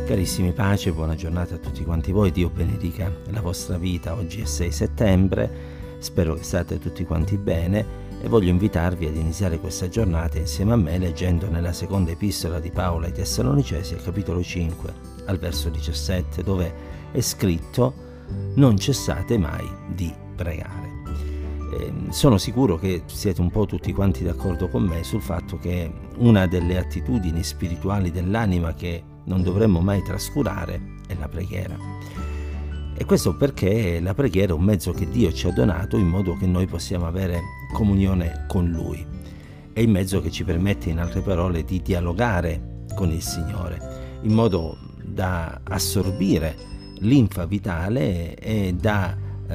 Carissimi, pace e buona giornata a tutti quanti voi. Dio benedica la vostra vita. Oggi è 6 settembre, spero che state tutti quanti bene e voglio invitarvi ad iniziare questa giornata insieme a me leggendo nella seconda epistola di Paolo ai Tessalonicesi, al capitolo 5, al verso 17, dove è scritto: non cessate mai di pregare. Sono sicuro che siete un po' tutti quanti d'accordo con me sul fatto che una delle attitudini spirituali dell'anima che non dovremmo mai trascurare è la preghiera. E questo perché la preghiera è un mezzo che Dio ci ha donato in modo che noi possiamo avere comunione con Lui. È il mezzo che ci permette, in altre parole, di dialogare con il Signore, in modo da assorbire linfa vitale e da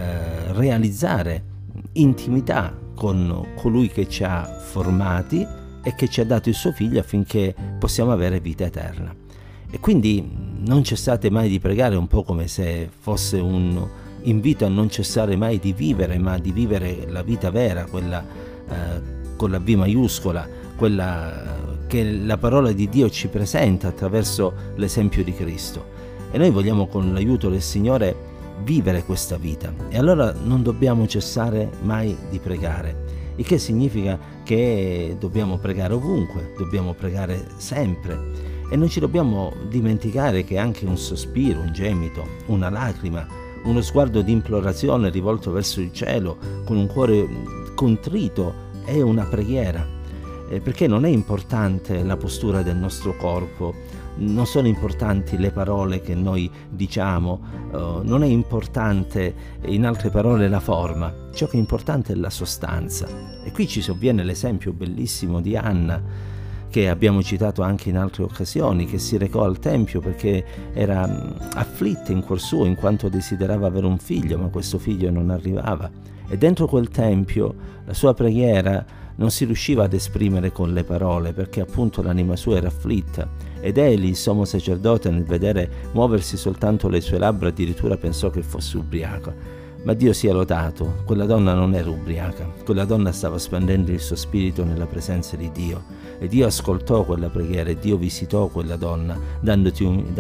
realizzare intimità con colui che ci ha formati e che ci ha dato il suo figlio affinché possiamo avere vita eterna. E quindi non cessate mai di pregare, un po' come se fosse un invito a non cessare mai di vivere, ma di vivere la vita vera, quella con la V maiuscola, quella che la parola di Dio ci presenta attraverso l'esempio di Cristo. E noi vogliamo, con l'aiuto del Signore, vivere questa vita, e allora non dobbiamo cessare mai di pregare, il che significa che dobbiamo pregare ovunque, dobbiamo pregare sempre, e non ci dobbiamo dimenticare che anche un sospiro, un gemito, una lacrima, uno sguardo di implorazione rivolto verso il cielo con un cuore contrito è una preghiera, perché non è importante la postura del nostro corpo, non sono importanti le parole che noi diciamo, non è importante, in altre parole, la forma. Ciò che è importante è la sostanza. E qui ci sovviene l'esempio bellissimo di Anna, che abbiamo citato anche in altre occasioni, che si recò al Tempio perché era afflitta in cuor suo in quanto desiderava avere un figlio, ma questo figlio non arrivava. E dentro quel Tempio la sua preghiera non si riusciva ad esprimere con le parole, perché appunto l'anima sua era afflitta, ed Eli, il sommo sacerdote, nel vedere muoversi soltanto le sue labbra, addirittura pensò che fosse ubriaca. Ma Dio sia lodato, quella donna non era ubriaca, quella donna stava spendendo il suo spirito nella presenza di Dio, e Dio ascoltò quella preghiera e Dio visitò quella donna, dandogli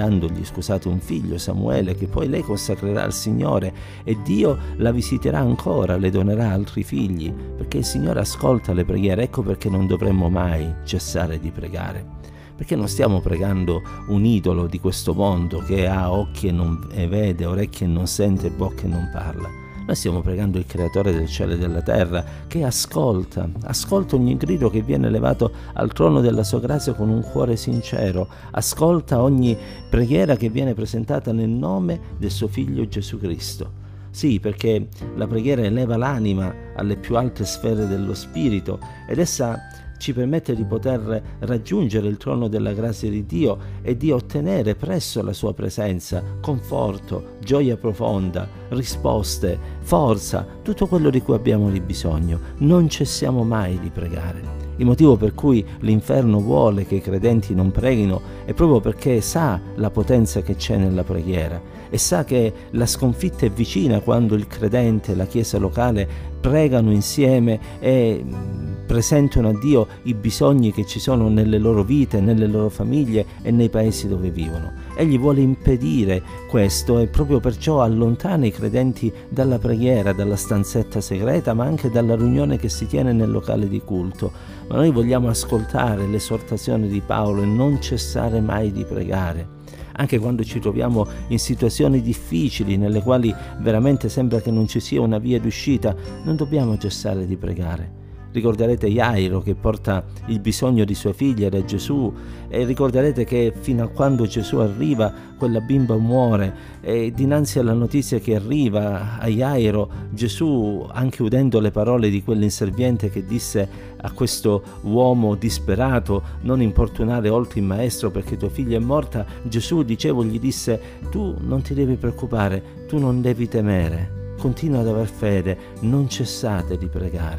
un figlio, Samuele, che poi lei consacrerà al Signore, e Dio la visiterà ancora, le donerà altri figli, perché il Signore ascolta le preghiere. Ecco perché non dovremmo mai cessare di pregare, perché non stiamo pregando un idolo di questo mondo che ha occhi e non vede, orecchie e non sente, bocca e non parla. Noi stiamo pregando il Creatore del cielo e della terra, che ascolta ogni grido che viene elevato al trono della sua grazia con un cuore sincero, ascolta ogni preghiera che viene presentata nel nome del suo Figlio Gesù Cristo. Sì, perché la preghiera eleva l'anima alle più alte sfere dello spirito, ed essa ci permette di poter raggiungere il trono della grazia di Dio e di ottenere presso la sua presenza conforto, gioia profonda, risposte, forza, tutto quello di cui abbiamo bisogno. Non cessiamo mai di pregare. Il motivo per cui l'inferno vuole che i credenti non preghino è proprio perché sa la potenza che c'è nella preghiera e sa che la sconfitta è vicina quando il credente e la Chiesa locale pregano insieme e presentano a Dio i bisogni che ci sono nelle loro vite, nelle loro famiglie e nei paesi dove vivono. Egli vuole impedire questo e proprio perciò allontana i credenti dalla preghiera, dalla stanzetta segreta, ma anche dalla riunione che si tiene nel locale di culto. Ma noi vogliamo ascoltare l'esortazione di Paolo e non cessare mai di pregare. Anche quando ci troviamo in situazioni difficili nelle quali veramente sembra che non ci sia una via d'uscita, non dobbiamo cessare di pregare. Ricorderete Jairo che porta il bisogno di sua figlia da Gesù, e ricorderete che fino a quando Gesù arriva quella bimba muore, e dinanzi alla notizia che arriva a Jairo, Gesù, anche udendo le parole di quell'inserviente che disse a questo uomo disperato: non importunare oltre il maestro perché tua figlia è morta, Gesù, gli disse: tu non ti devi preoccupare, tu non devi temere, continua ad aver fede, non cessate di pregare.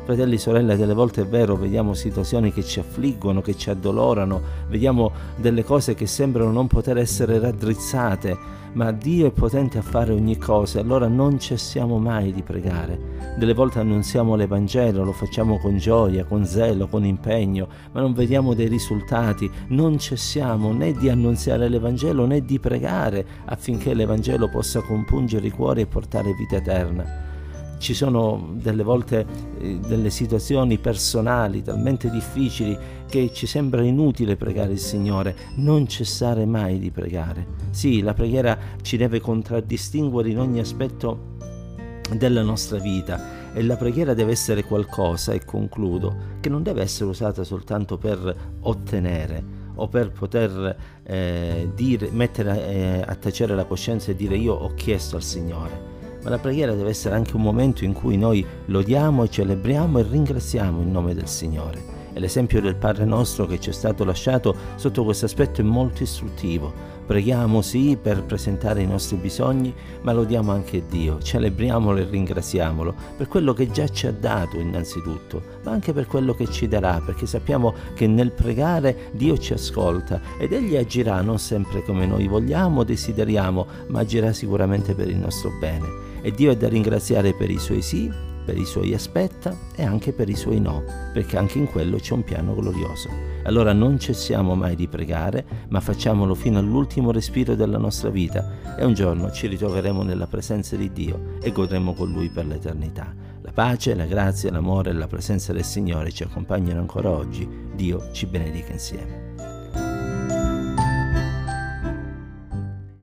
Fratelli, sorelle, delle volte è vero, vediamo situazioni che ci affliggono, che ci addolorano, vediamo delle cose che sembrano non poter essere raddrizzate, ma Dio è potente a fare ogni cosa, allora non cessiamo mai di pregare. Delle volte annunziamo l'Evangelo, lo facciamo con gioia, con zelo, con impegno, ma non vediamo dei risultati. Non cessiamo né di annunziare l'Evangelo né di pregare affinché l'Evangelo possa compungere i cuori e portare vita eterna. Ci sono delle volte delle situazioni personali talmente difficili che ci sembra inutile pregare il Signore. Non cessare mai di pregare. Sì, la preghiera ci deve contraddistinguere in ogni aspetto della nostra vita, e la preghiera deve essere qualcosa, e concludo, che non deve essere usata soltanto per ottenere o per poter mettere a tacere la coscienza e dire io ho chiesto al Signore. Ma la preghiera deve essere anche un momento in cui noi lodiamo e celebriamo e ringraziamo il nome del Signore. E l'esempio del Padre nostro che ci è stato lasciato sotto questo aspetto è molto istruttivo. Preghiamo sì per presentare i nostri bisogni, ma lodiamo anche Dio, celebriamolo e ringraziamolo per quello che già ci ha dato innanzitutto, ma anche per quello che ci darà, perché sappiamo che nel pregare Dio ci ascolta ed Egli agirà non sempre come noi vogliamo o desideriamo, ma agirà sicuramente per il nostro bene. E Dio è da ringraziare per i suoi sì, per i suoi aspetta e anche per i suoi no, perché anche in quello c'è un piano glorioso. Allora non cessiamo mai di pregare, ma facciamolo fino all'ultimo respiro della nostra vita, e un giorno ci ritroveremo nella presenza di Dio e godremo con Lui per l'eternità. La pace, la grazia, l'amore e la presenza del Signore ci accompagnano ancora oggi. Dio ci benedica insieme.